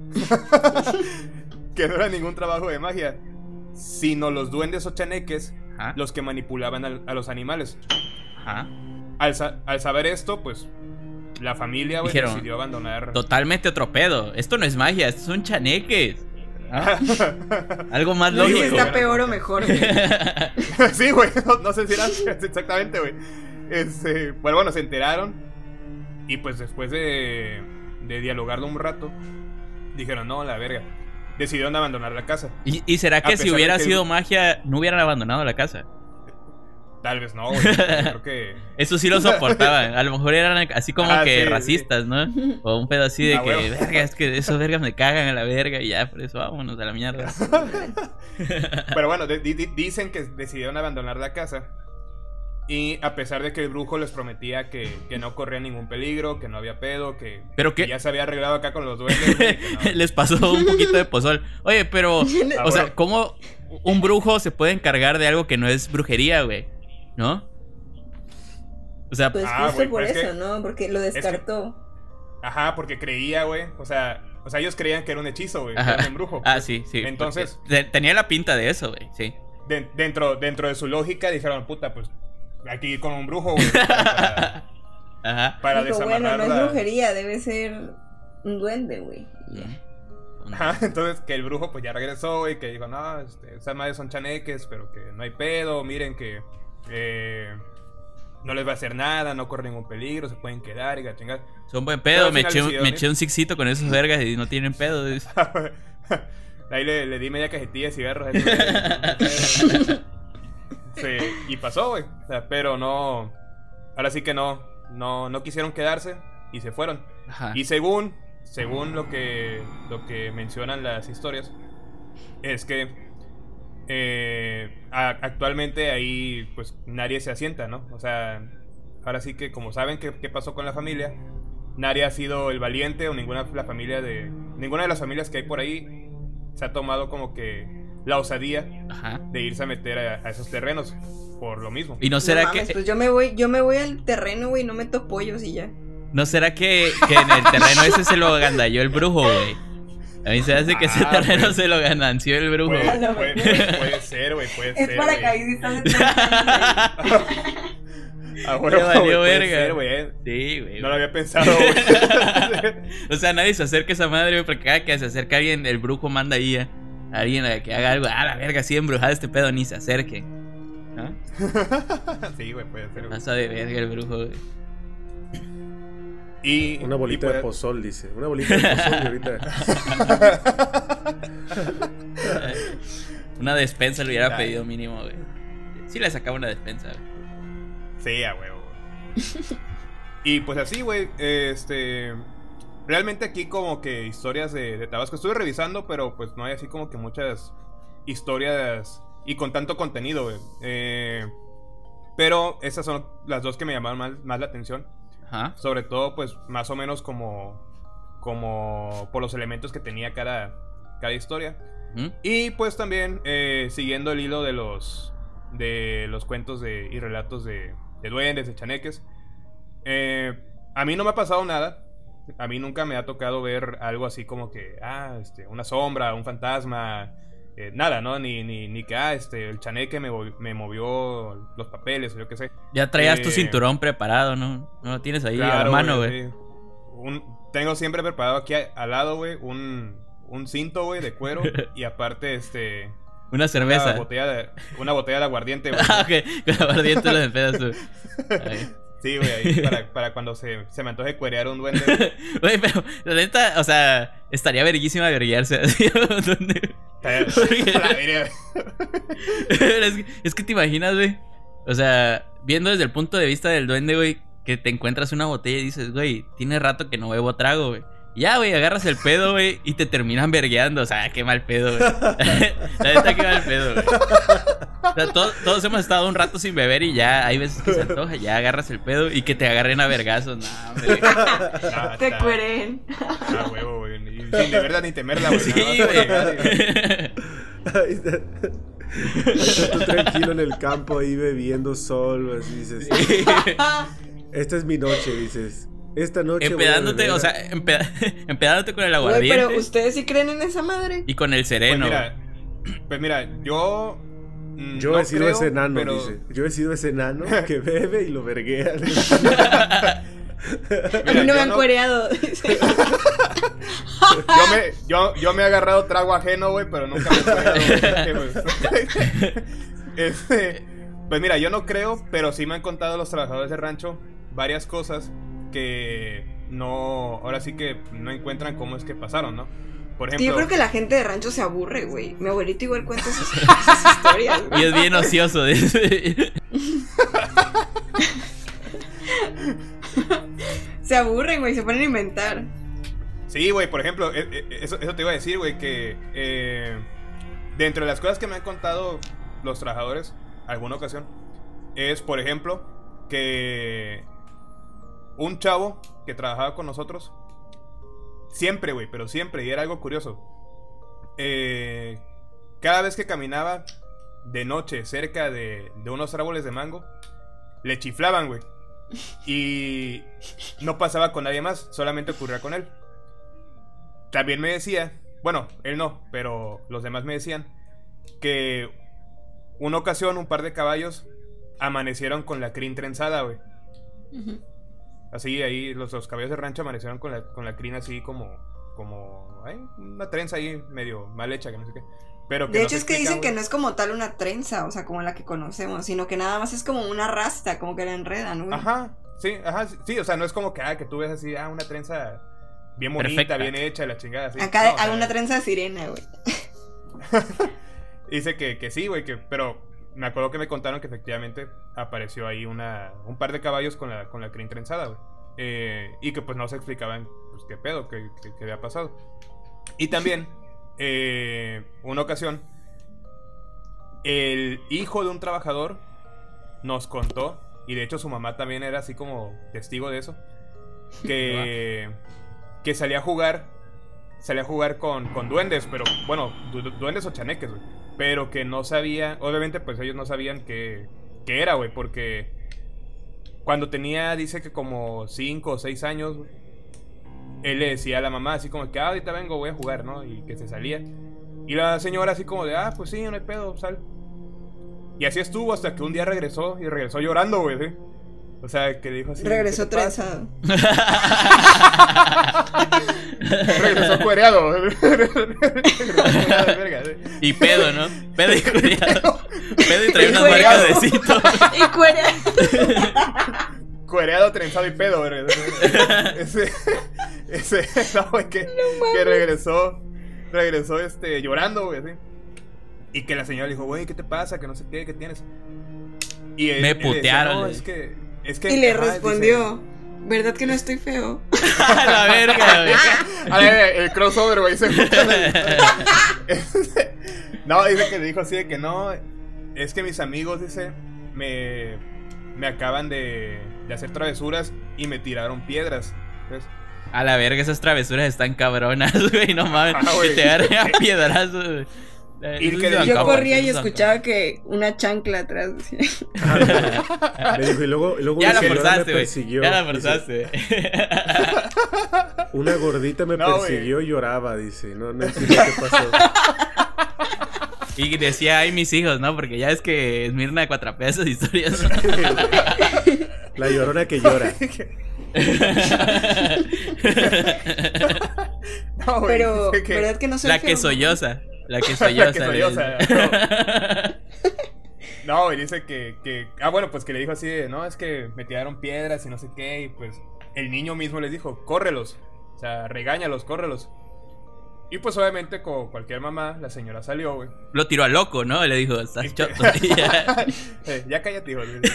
Que no era ningún trabajo de magia, sino los duendes o chaneques Ajá. los que manipulaban a, a los animales. Ajá. Al, sa- al saber esto, pues la familia wey, Dijeron, decidió abandonar. Totalmente otro pedo. Esto no es magia, estos son chaneques. ¿Ah? Algo más no lógico. Está peor o mejor. Sí, güey. No, no sé si era exactamente, güey. Este, bueno, bueno, se enteraron. Y pues después de, de dialogarlo un rato, dijeron, no, la verga. Decidieron abandonar la casa. ¿Y, y será que si hubiera que sido el... magia, no hubieran abandonado la casa? Tal vez no, güey. Creo que... Eso sí lo soportaban. A lo mejor eran así como ah, que sí, racistas, sí. ¿no? O un pedo así de ah, que, bueno. verga, es que esos vergas me cagan a la verga y ya, por eso vámonos a la mierda. Pero bueno, de- de- dicen que decidieron abandonar la casa. Y a pesar de que el brujo les prometía que, que no corría ningún peligro, que no había pedo, que, ¿Pero que ya se había arreglado acá con los duendes. No. Les pasó un poquito de pozol. Oye, pero, ah, o sea, bueno. ¿cómo un brujo se puede encargar de algo que no es brujería, güey? ¿No? O sea, pues justo ah, wey, por eso, que, ¿no? Porque lo descartó. Es que, ajá, porque creía, güey. O sea, o sea, ellos creían que era un hechizo, güey. Que era un brujo. Ah, sí, sí. Entonces, tenía la pinta de eso, güey, sí. De, dentro, dentro de su lógica dijeron, puta, pues aquí con un brujo, güey. Para, Ajá. para Dijo, bueno, no es brujería, debe ser un duende, güey. Yeah. Ajá, entonces que el brujo pues ya regresó y que dijo, no, este, esas madres son chaneques, pero que no hay pedo, miren que eh, no les va a hacer nada, no corre ningún peligro, se pueden quedar y la chingada. Son buen pedo, me eché, un, me eché un sixito con esos vergas y no tienen pedo. Ahí le, le di media cajetilla de cigarros. Sí, y pasó, güey. O sea, pero no. Ahora sí que no. No, no quisieron quedarse y se fueron. Ajá. Y según. Según lo que. Lo que mencionan las historias. Es que. Eh, a, actualmente ahí. Pues nadie se asienta, ¿no? O sea. Ahora sí que como saben qué, qué pasó con la familia. Nadie ha sido el valiente. O ninguna la familia de. Ninguna de las familias que hay por ahí. Se ha tomado como que. La osadía Ajá. de irse a meter a, a esos terrenos por lo mismo. ¿Y no será no mames, que...? Pues yo me voy, yo me voy al terreno, güey, no meto pollos y ya. ¿No será que, que en el terreno ese se lo agandalló el brujo, güey? A mí se hace que ah, ese terreno wey. se lo gananció el brujo. Puede, puede, puede, puede ser, güey, puede es ser. Es paracaidistas. Ah, bueno, valió verga. Ser, eh. Sí, güey. No lo había pensado, güey. O sea, nadie se acerca a esa madre, güey, porque cada que se acerca alguien, el brujo manda ahí a... alguien que haga algo, ah, la verga, así embrujado este pedo, ni se acerque. ¿Ah? Sí, güey, puede ser. Pasa de verga el brujo, güey. Y, una bolita y puede... de pozol, dice. Una bolita de pozol ahorita. Una despensa le hubiera pedido mínimo, güey. Sí le sacaba una despensa, güey. Sí, a huevo, güey. Y pues así, güey, este... realmente aquí como que historias de, de Tabasco. Estuve revisando, pero pues no hay así como que muchas historias y con tanto contenido, güey. Eh, pero esas son las dos que me llamaron más, más la atención. Ajá. Sobre todo, pues, más o menos como... Como por los elementos que tenía cada, cada historia. ¿Mm? Y pues también eh, siguiendo el hilo de los... De los cuentos de, y relatos de, de duendes, de chaneques. Eh, a mí no me ha pasado nada. A mí nunca me ha tocado ver algo así como que, ah, este, una sombra, un fantasma, eh, nada, ¿no? Ni, ni, ni que, ah, este, el chaneque me, me movió los papeles o yo qué sé. Ya traías eh, tu cinturón preparado, ¿no? No lo tienes ahí claro, a la mano, güey. Sí. Tengo siempre preparado aquí a, al lado, güey, un, un cinto, güey, de cuero y aparte, este... Una cerveza. Una botella de, una botella de aguardiente, güey. Ah, ok, con aguardiente lo empedas tú. Ahí. Sí, güey, ahí para, para cuando se, se me antoje cuerear un duende. Güey, pero la neta, o sea, estaría verguísima verguearse así. ¿Dónde? Porque... es, que, es que te imaginas, güey. O sea, viendo desde el punto de vista del duende, güey, que te encuentras una botella y dices, güey, tiene rato que no bebo trago, güey. Ya, güey, agarras el pedo, güey, y te terminan vergueando. O sea, qué mal pedo, güey. La neta, qué mal pedo, güey. O sea, to- todos hemos estado un rato sin beber y ya hay veces que se antoja, ya agarras el pedo y que te agarren a vergazos. Nah, hombre. Nah, te cueren. Ah, huevo, güey. Sin de verdad ni temerla, güey. Sí, güey. Estás tú tranquilo en el campo ahí bebiendo solo, así dices. Esta es mi noche, dices. Esta noche empedándote, o sea, empeda- empedándote con el Güey, aguardiente. pero ustedes sí creen en esa madre. Y con el Pues sereno. mira, pues mira, yo. mm, Yo no he sido creo, ese enano, pero... dice. Yo he sido ese enano que bebe y lo verguea. A Mira, mí no yo me han no- cuereado. Yo me, yo, yo me he agarrado trago ajeno, güey, pero nunca me he pegado, güey. Este, pues mira, yo no creo, pero sí me han contado los trabajadores de rancho varias cosas que no, ahora sí que no encuentran cómo es que pasaron, ¿no? Por ejemplo, Yo creo que la gente de rancho se aburre, güey. Mi abuelito igual cuenta esas, esas historias, güey. Y es bien ocioso. De... Se aburren, güey, se ponen a inventar. sí, güey, por ejemplo, eh, eh, eso, eso te iba a decir, güey, que eh, dentro de las cosas que me han contado los trabajadores, alguna ocasión, es, por ejemplo, que un chavo que trabajaba con nosotros, siempre, güey, pero siempre, y era algo curioso, eh, cada vez que caminaba de noche cerca de, de unos árboles de mango, le chiflaban, güey. Y no pasaba con nadie más, solamente ocurría con él. También me decía, bueno, él no, pero los demás me decían que una ocasión un par de caballos amanecieron con la crin trenzada, güey. Uh-huh. Así ahí los, los caballos de rancho amanecieron con la, con la crin así como, como ¿eh? una trenza ahí medio mal hecha, que no sé qué. Pero que De no hecho se es que explica, dicen que güey. no es como tal una trenza, o sea, como la que conocemos, sino que nada más es como una rasta, como que la enredan, güey. Ajá, sí, ajá, sí, sí, o sea, no es como que, ah, que tú ves así, ah, una trenza bien bonita, Perfecta. bien hecha, la chingada, así. Acá No, o sea, hay una trenza de sirena, güey. dice que, que sí, güey, que, pero me acuerdo que me contaron que efectivamente apareció ahí una, un par de caballos con la, con la crin trenzada, güey. Eh, y que pues no se explicaban, pues, qué pedo, qué, qué, qué había pasado. Y también, eh, una ocasión, el hijo de un trabajador nos contó, y de hecho su mamá también era así como testigo de eso, que, que salía a jugar, salía a jugar con, con duendes, pero bueno, du- du- duendes o chaneques, güey, pero que no sabía, obviamente pues ellos no sabían qué, qué era, güey, porque cuando tenía, dice que como cinco o seis años, güey, él le decía a la mamá así como que, ah, ahorita vengo, voy a jugar, ¿no? Y que se salía. Y la señora así como de, ah, pues sí, no hay pedo, sal. Y así estuvo hasta que un día regresó, y regresó llorando, güey, ¿sí? O sea, que dijo así... Regresó ¿qué te pasa? trenzado. Regresó cuereado. Regresó cuereado de verga, ¿sí? Y pedo, ¿no? Pedo y cuereado. Pedo y trae Y unas cuereado. marcas de cito. Y cuera. Cuereado, trenzado y pedo, güey. Ese... Ese... No, güey, que, que regresó... Regresó, este, llorando, güey, así. Y que la señora le dijo, güey, ¿qué te pasa? Que no sé qué, ¿qué tienes? Y él, Me él le decía, putearon, no, le es que... Es que Y le ajá, respondió, ¿verdad que no estoy feo? A la verga, güey. dice- A ver, el crossover, güey, se No, dice que le dijo así de que no, es que mis amigos, dice, me, me acaban de, de hacer travesuras y me tiraron piedras. Entonces, A la verga, esas travesuras están cabronas, güey. No mames. Ah, güey. Que te agarren a piedrazos, güey. Eh, Y esos que son Yo cabrones, corría y esos son escuchaba que una chancla atrás decía. Le dijo, y luego, y luego Ya una la señora forzaste, me güey. persiguió. Ya la Dice, forzaste, güey. una gordita me No, persiguió y lloraba, dice. No, no entiendo qué pasó. Y decía, ay, mis hijos, ¿no? Porque ya es que Esmirna cuatrapea esas historias, ¿no? La llorona que llora. no, güey, Pero, dice que- ¿verdad que no soy La feo? que solloza. La que La solloza. que le solloza. dice. No, y dice que, que... Ah, bueno, pues que le dijo así de, no, es que me tiraron piedras y no sé qué, y pues el niño mismo les dijo, córrelos. O sea, regáñalos, córrelos. Y pues obviamente, como cualquier mamá, la señora salió, güey. Lo tiró a loco, ¿no? Le dijo, estás Y que- choto. Y ya. Eh, ya cállate, hijo. No,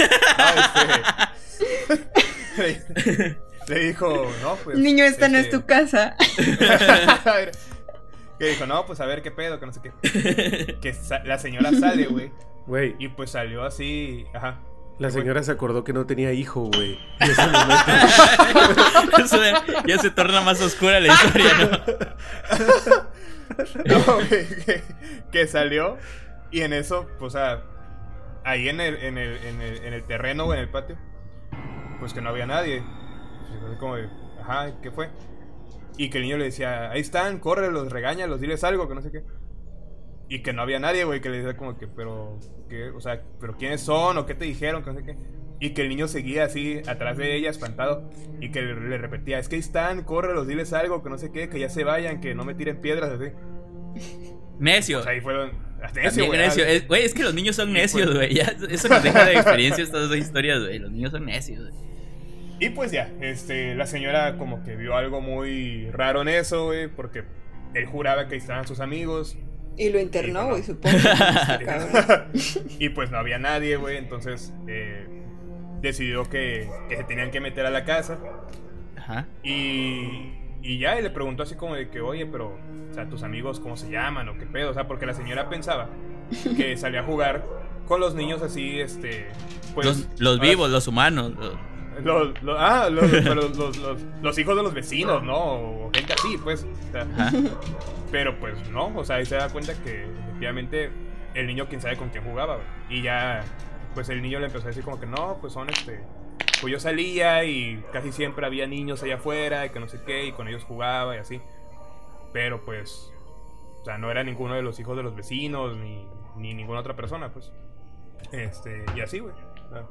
este... le, le dijo, no, pues... Niño, esta no es este, tu casa. A ver, que dijo, no, pues a ver qué pedo, que no sé qué. Que sa- la señora sale, güey. Güey, Y pues salió así, ajá. la Güey. señora se acordó que no tenía hijo, güey. Y ese momento, Eso de- ya se torna más oscura la historia, ¿no? No, güey, que, que salió Y en eso, pues, o sea, ahí en el, en el, en el, en el terreno o en el patio, pues que no había nadie. Pues, como de, ajá, ¿qué fue? Y que el niño le decía, ahí están, córrelos, regáñalos, diles algo, que no sé qué. Y que no había nadie, güey, que le decía como que, pero, ¿qué? O sea, ¿pero quiénes son? ¿O qué te dijeron? Que no sé qué. Y que el niño seguía así, atrás de ella, espantado. Y que le, le repetía, es que ahí están, córrelos, diles algo, que no sé qué, que ya se vayan, que no me tiren piedras, así. Necio. Pues ahí fueron... Necio, También güey. necio. Es- Güey, es que los niños son necios, güey. Ya, eso nos deja de experiencia estas dos historias, güey. Los niños son necios, güey. Y pues ya, este, la señora como que vio algo muy raro en eso, güey, porque él juraba que ahí estaban sus amigos. Y lo internó, Sí, güey, no. supongo. Cabrón. Y pues no había nadie, güey, entonces eh, decidió que, que se tenían que meter a la casa. Ajá. Y, y ya, y le preguntó así como de que, oye, pero, o sea, tus amigos, ¿cómo se llaman? O qué pedo, o sea, porque la señora pensaba que salía a jugar con los niños así, este, pues... Los, los ahora- vivos, los humanos. los- Los, los- ah, los, pero los, los, los, los hijos de los vecinos, ¿no? O gente así, pues. O sea, Ajá. pero pues no, o sea, ahí se da cuenta que efectivamente el niño quién sabe con quién jugaba, güey. Y ya, pues el niño le empezó a decir como que no, pues son este... Pues yo salía y casi siempre había niños allá afuera y que no sé qué, y con ellos jugaba y así. Pero pues, o sea, no era ninguno de los hijos de los vecinos ni, ni ninguna otra persona, pues. Este, y así, güey. O sea,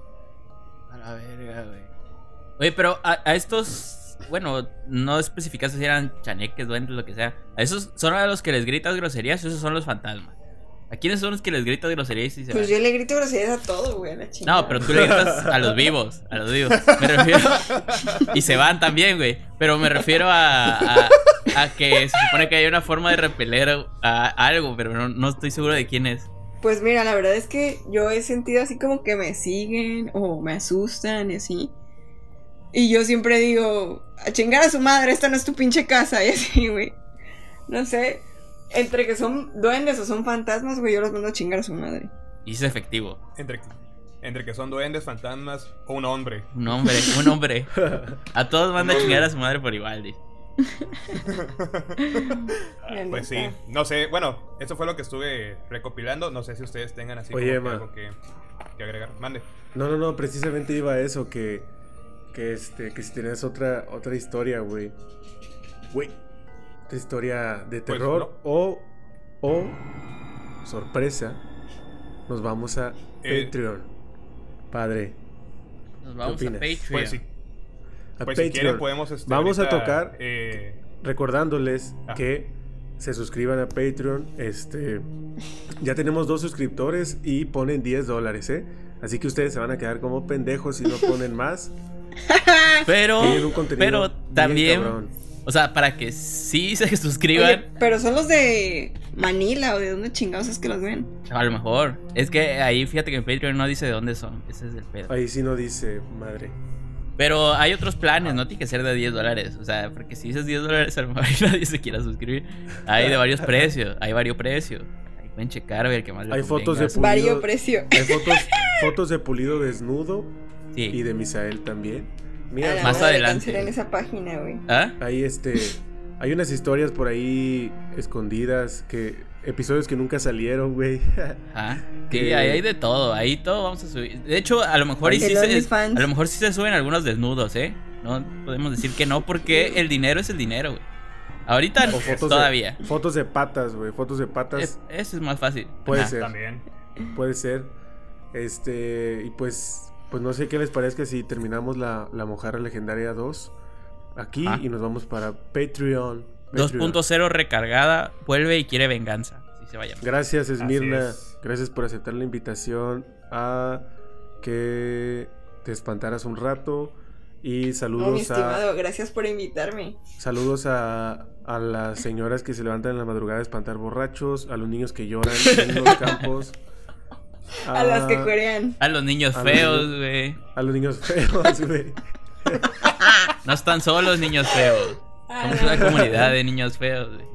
A la verga, güey. Oye, pero a, a estos, bueno, no especificaste si eran chaneques, duendes, lo que sea. ¿A esos son a los que les gritas groserías o esos son los fantasmas? ¿A quiénes son los que les gritas groserías y se Pues van? yo le grito groserías a todo, güey, a la chingada. No, pero tú le gritas a los vivos, a los vivos. Me refiero... Y se van también, güey. Pero me refiero a, a, a que se supone que hay una forma de repeler a, a algo, pero no, no estoy seguro de quién es. Pues mira, la verdad es que yo he sentido así como que me siguen o me asustan y así. Y yo siempre digo, a chingar a su madre, esta no es tu pinche casa, y así, güey. No sé, entre que son duendes o son fantasmas, güey, yo los mando a chingar a su madre. Y es efectivo. entre, entre que son duendes, fantasmas o un hombre. Un hombre, un hombre. A todos manda a chingar a su madre por igual, dice. La Pues sí, neta. no sé, bueno, eso fue lo que estuve recopilando. No sé si ustedes tengan así Oye, como que ma. algo que, que agregar. Mande. No, no, no, precisamente iba a eso, que, que este, que si tenías otra, otra historia, güey. Güey, otra historia de Pues, terror o, o, sorpresa, nos vamos a Eh, Patreon. Padre, Nos vamos a opinas? Patreon. Pues sí, a pues si Patreon. quieren podemos este, Vamos a ahorita, tocar- eh, Recordándoles Ah. que se suscriban a Patreon. Este, ya tenemos dos suscriptores y ponen diez dólares, ¿eh? Así que ustedes se van a quedar como pendejos si no ponen más. Pero, Tienen un contenido pero bien también, cabrón. o sea, para que sí se suscriban, Oye, pero son los de Manila o de dónde chingados es que los ven. a lo mejor. Es que ahí fíjate que en Patreon no dice de dónde son. Ese es el pedo. Ahí sí no dice, madre. Pero hay otros planes, no tiene que ser de diez dólares. O sea, porque si dices diez dólares, a lo mejor nadie se quiera suscribir. Hay de varios precios, hay varios precios. Ahí pueden checar, a ver qué más les Hay fotos de convenga. Pulido. Vario precio. Hay fotos, fotos de Pulido desnudo y Sí. de Misael también. A Mira, la Más madre, adelante. cancelen esa página, güey. ¿Ah? ahí este, hay unas historias por ahí escondidas, que episodios que nunca salieron, güey. Ajá. Sí, Que- ahí hay de todo, ahí todo vamos a subir. De hecho, a lo mejor y El sí se, OnlyFans. a lo mejor sí se suben algunos desnudos, ¿eh? No podemos decir que no, porque el dinero es el dinero, güey. Ahorita O fotos todavía. de, fotos de patas, güey, fotos de patas. Es- eso es más fácil. Puede Ajá. ser. también. Puede ser. Este, y pues, pues no sé qué les parezca si terminamos la, la Mojarra Legendaria dos aquí Ah. y nos vamos para Patreon. dos Patreon. punto cero recargada, vuelve y quiere venganza. Así se vaya. Gracias, Esmirna. es. Gracias por aceptar la invitación a que te espantaras un rato. Y No, mi saludos a estimado, gracias por invitarme. saludos a, a las señoras que se levantan en la madrugada a espantar borrachos, a los niños que lloran en los campos. A las que corean. A los niños A los feos, niños- güey. A los niños feos, güey. No están solos niños feos. Somos una comunidad de niños feos, güey.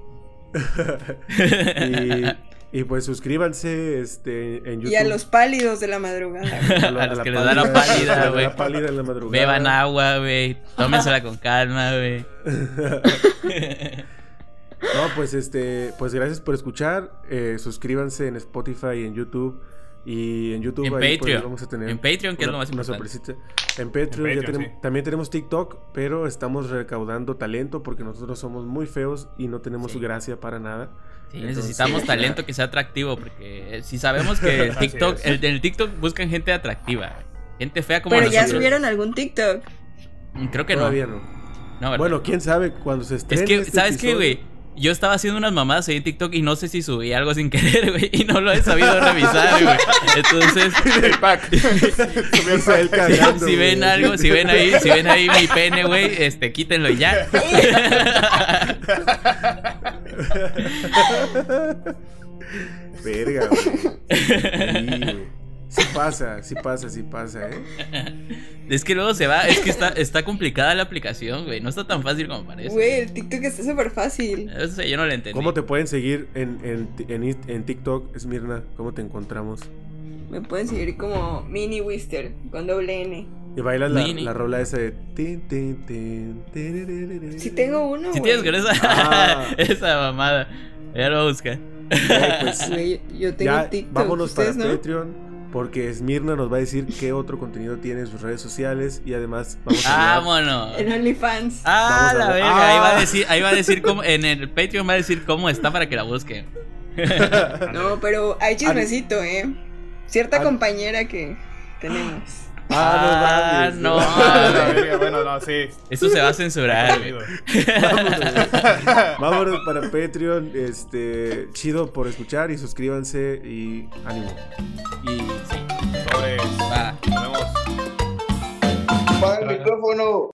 Y, y pues suscríbanse este, en YouTube. Y a los pálidos de la madrugada. güey. A, la- a los la que les da la pálida, a la güey. pálida en la madrugada. Beban agua, güey. Tómensela con calma, güey. No, pues este, pues gracias por escuchar. Eh, suscríbanse en Spotify y en YouTube. Y en YouTube En ahí, pues, Patreon. vamos a tener En Patreon, que es una- lo más una importante. sorpresita. En Patreon, En ya Patreon, tenemos- sí. también tenemos TikTok, pero estamos recaudando talento porque nosotros somos muy feos y no tenemos Sí. gracia para nada. Sí, Entonces, necesitamos talento que sea atractivo, porque eh, si sabemos que el Así TikTok, es. el, el TikTok buscan gente atractiva, gente fea como Pero ya nosotros. subieron algún TikTok. Mm, Creo que Todavía no. no. No, ¿verdad? Bueno, quién sabe cuando se es estrene. que, este ¿sabes qué, episodio? güey? Yo estaba haciendo unas mamadas ahí en TikTok y no sé si subí algo sin querer, güey, y no lo he sabido revisar, güey. Entonces, El pack. Subió el Israel pack. si, cagando, si ven güey. algo, si ven ahí, si ven ahí mi pene, güey, este, quítenlo y ya. Verga, güey. Sí, güey. Sí pasa, sí pasa, sí pasa, ¿eh? Es que luego se va, es que está, está complicada la aplicación, güey. No está tan fácil como parece. Güey, el TikTok está súper fácil. Eso yo no lo entendí. ¿Cómo te pueden seguir en, en, en, en TikTok, Esmirna? ¿Cómo te encontramos? Me pueden seguir como Mini Wister con doble N. Y bailas la, Nini. la rola esa de... tin, tin, tin, tiririririri. Si tengo uno, Si güey. tienes con esa, Ah. esa mamada. Ya lo voy a buscar. Güey, pues, Güey, yo tengo ya, TikTok. vámonos para ¿Ustedes no? Patreon. Porque Esmirna nos va a decir qué otro contenido tiene en sus redes sociales. Y además vamos a hablar- Vámonos. En OnlyFans. Ah, Vamos a la ver. verga. Ah. Ahí va a decir, ahí va a decir cómo, en el Patreon va a decir cómo está para que la busquen. No, pero hay chismecito, ¿eh? Cierta Ah. compañera que tenemos. Ah, Ah, no no. mames. Ah, la verga, bueno, no, sí. Eso se va a censurar, güey. Vámonos, güey. Vámonos para Patreon. Este, chido por escuchar y suscríbanse y ánimo. Y sí. Sobres. Va. Nos vemos. Apaga el micrófono.